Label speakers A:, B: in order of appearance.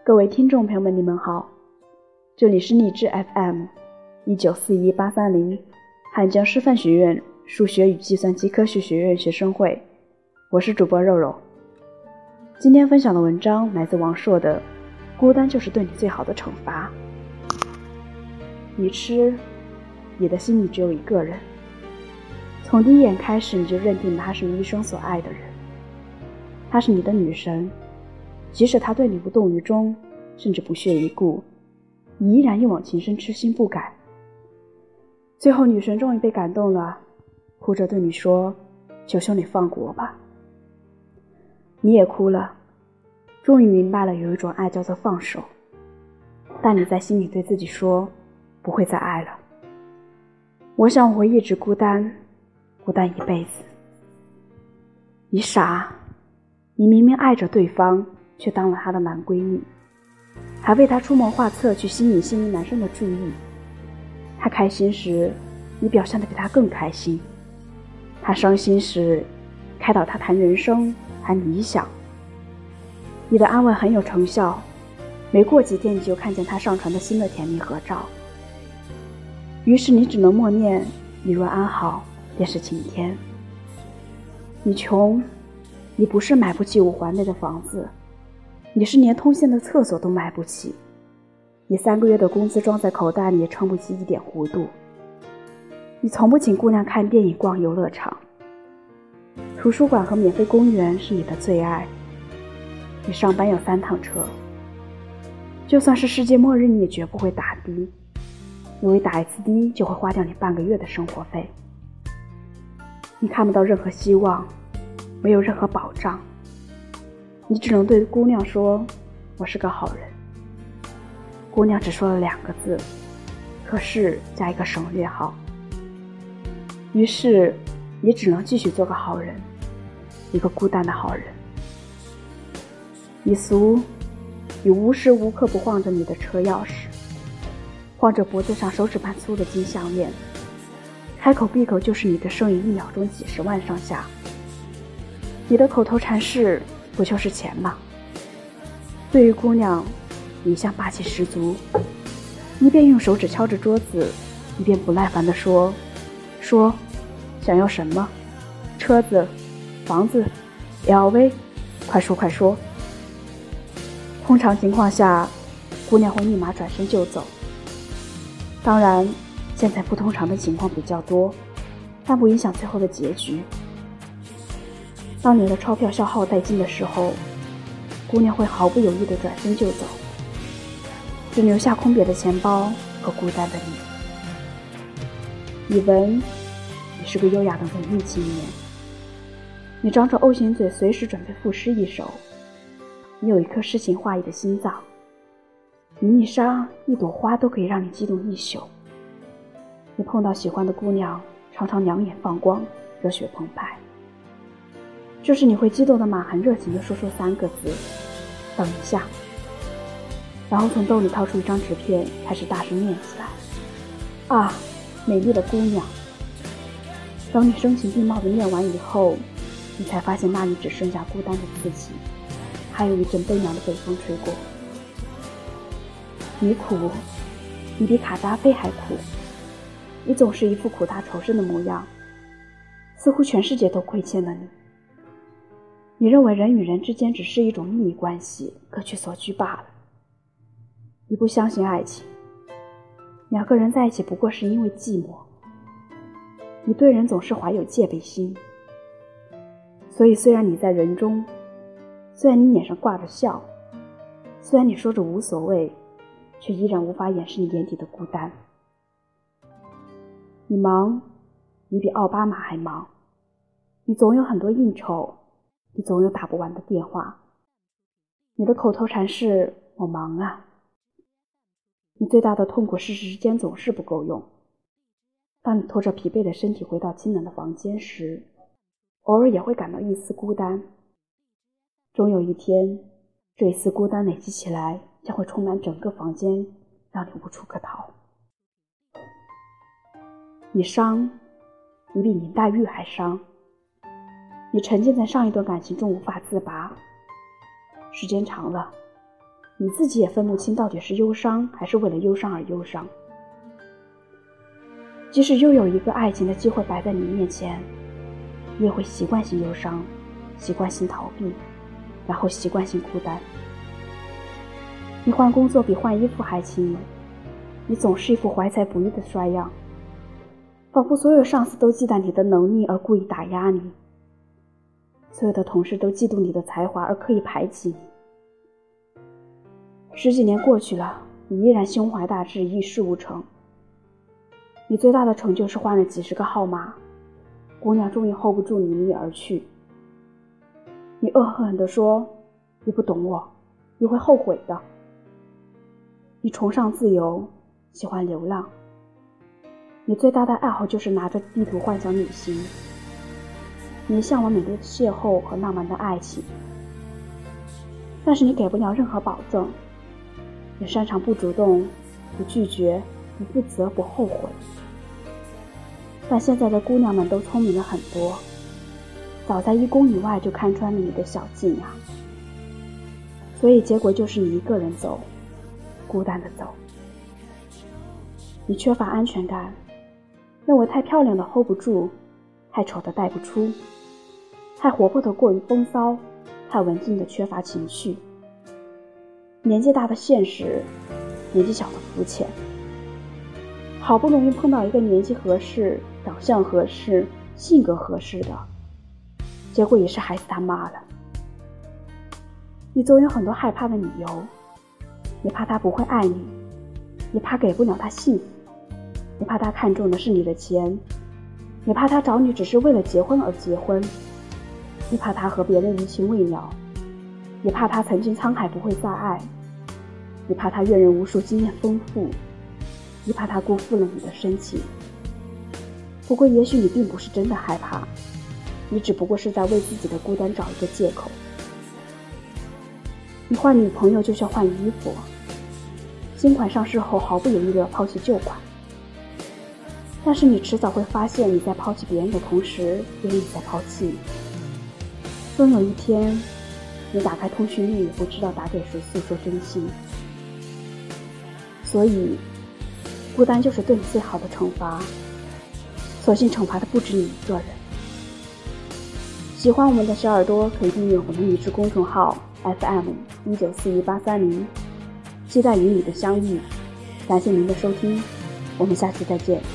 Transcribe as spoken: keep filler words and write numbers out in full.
A: 各位听众朋友们，你们好，这里是励志 F M 一九四一八三零汉江师范学院数学与计算机科学学院学生会，我是主播肉肉。今天分享的文章来自王朔的《孤单就是对你最好的惩罚》。你吃，你的心里只有一个人，从第一眼开始你就认定他是你一生所爱的人，他是你的女神，即使他对你无动于衷，甚至不屑一顾，你依然一往情深，痴心不改。最后女神终于被感动了，哭着对你说，求求你放过我吧。你也哭了，终于明白了有一种爱叫做放手，但你在心里对自己说，不会再爱了。我想我会一直孤单，孤单一辈子。你傻，你明明爱着对方，却当了他的男闺蜜，还为他出谋划策去吸引心仪男生的注意。他开心时，你表现得比他更开心；他伤心时，开导他谈人生，谈理想。你的安慰很有成效，没过几天你就看见他上传的新的甜蜜合照。于是你只能默念，你若安好，便是晴天。你穷，你不是买不起五环内的房子，你是连通县的厕所都买不起，你三个月的工资装在口袋里也撑不起一点弧度。你从不请姑娘看电影、逛游乐场，图书馆和免费公园是你的最爱。你上班有三趟车，就算是世界末日你也绝不会打的，因为打一次的就会花掉你半个月的生活费。你看不到任何希望，没有任何保障，你只能对姑娘说，我是个好人。姑娘只说了两个字，可是加一个省略号。于是你只能继续做个好人，一个孤单的好人。你俗，你无时无刻不晃着你的车钥匙，晃着脖子上手指般粗的金项链，开口闭口就是你的生意，一秒钟几十万上下。你的口头禅是，不就是钱吗？对于姑娘，你一向霸气十足，一边用手指敲着桌子，一边不耐烦地说，说，想要什么？车子、房子、L V， 快说快说。通常情况下，姑娘会立马转身就走。当然，现在不通常的情况比较多，但不影响最后的结局。当你的钞票消耗殆尽的时候，姑娘会毫不犹豫地转身就走，只留下空瘪的钱包和孤单的你。以文，你是个优雅的文艺青年，你张着 O 型嘴，随时准备赋诗一首。你有一颗诗情画意的心脏，你一沙一朵花都可以让你激动一宿。你碰到喜欢的姑娘，常常两眼放光，热血澎湃。这时你会激动的满含热情地说出三个字，等一下，然后从兜里掏出一张纸片，开始大声念起来。啊，美丽的姑娘。当你声情并茂地念完以后，你才发现那里只剩下孤单的自己，还有一阵悲凉的北风吹过。你苦，你比卡扎菲还苦，你总是一副苦大仇深的模样，似乎全世界都亏欠了你。你认为人与人之间只是一种利益关系，各取所需罢了。你不相信爱情，两个人在一起不过是因为寂寞。你对人总是怀有戒备心，所以虽然你在人中，虽然你脸上挂着笑，虽然你说着无所谓，却依然无法掩饰你眼底的孤单。你忙，你比奥巴马还忙，你总有很多应酬，你总有打不完的电话，你的口头禅是我忙啊。你最大的痛苦是时间总是不够用。当你拖着疲惫的身体回到清冷的房间时，偶尔也会感到一丝孤单。终有一天，这一丝孤单累积起来，将会充满整个房间，让你无处可逃。你伤，你比林黛玉还伤。你沉浸在上一段感情中无法自拔，时间长了，你你自己也分不清到底是忧伤还是为了忧伤而忧伤。即使又有一个爱情的机会摆在你面前，你也会习惯性忧伤，习惯性逃避，然后习惯性孤单。你换工作比换衣服还轻，你总是一副怀才不遇的衰样，仿佛所有上司都忌惮你的能力而故意打压你，所有的同事都嫉妒你的才华而刻意排挤你。十几年过去了，你依然胸怀大志，一事无成。你最大的成就是换了几十个号码，姑娘终于 hold 不住你，离你而去。你恶狠狠地说，你不懂我，你会后悔的。你崇尚自由，喜欢流浪。你最大的爱好就是拿着地图幻想旅行。你向往美丽的邂逅和浪漫的爱情，但是你给不了任何保证。你擅长不主动，不拒绝，不负责，不后悔。但现在的姑娘们都聪明了很多，早在一公里外就看穿了你的小伎俩。所以结果就是你一个人走，孤单的走。你缺乏安全感，认为太漂亮的 hold 不住，太丑的带不出，太活泼的过于风骚，太文静的缺乏情绪。年纪大的现实，年纪小的肤浅。好不容易碰到一个年纪合适、长相合适、性格合适的，结果也是孩子他妈了。你总有很多害怕的理由，你怕他不会爱你，你怕给不了他幸福，你怕他看中的是你的钱，你怕他找你只是为了结婚而结婚，你怕他和别人余情未了，你怕他曾经沧海不会再爱，你怕他阅人无数经验丰富，你怕他辜负了你的深情。不过也许你并不是真的害怕，你只不过是在为自己的孤单找一个借口。你换女朋友就像换衣服，新款上市后毫不犹豫地要抛弃旧款，但是你迟早会发现，你在抛弃别人的同时，别人也在抛弃你。终有一天，你打开通讯录也不知道打给谁诉说真心。所以孤单就是对你最好的惩罚，所幸惩罚的不止你一个人。喜欢我们的小耳朵可以订阅我们的励志公众号 F M 一九四一八三零，期待与你的相遇。感谢您的收听，我们下期再见。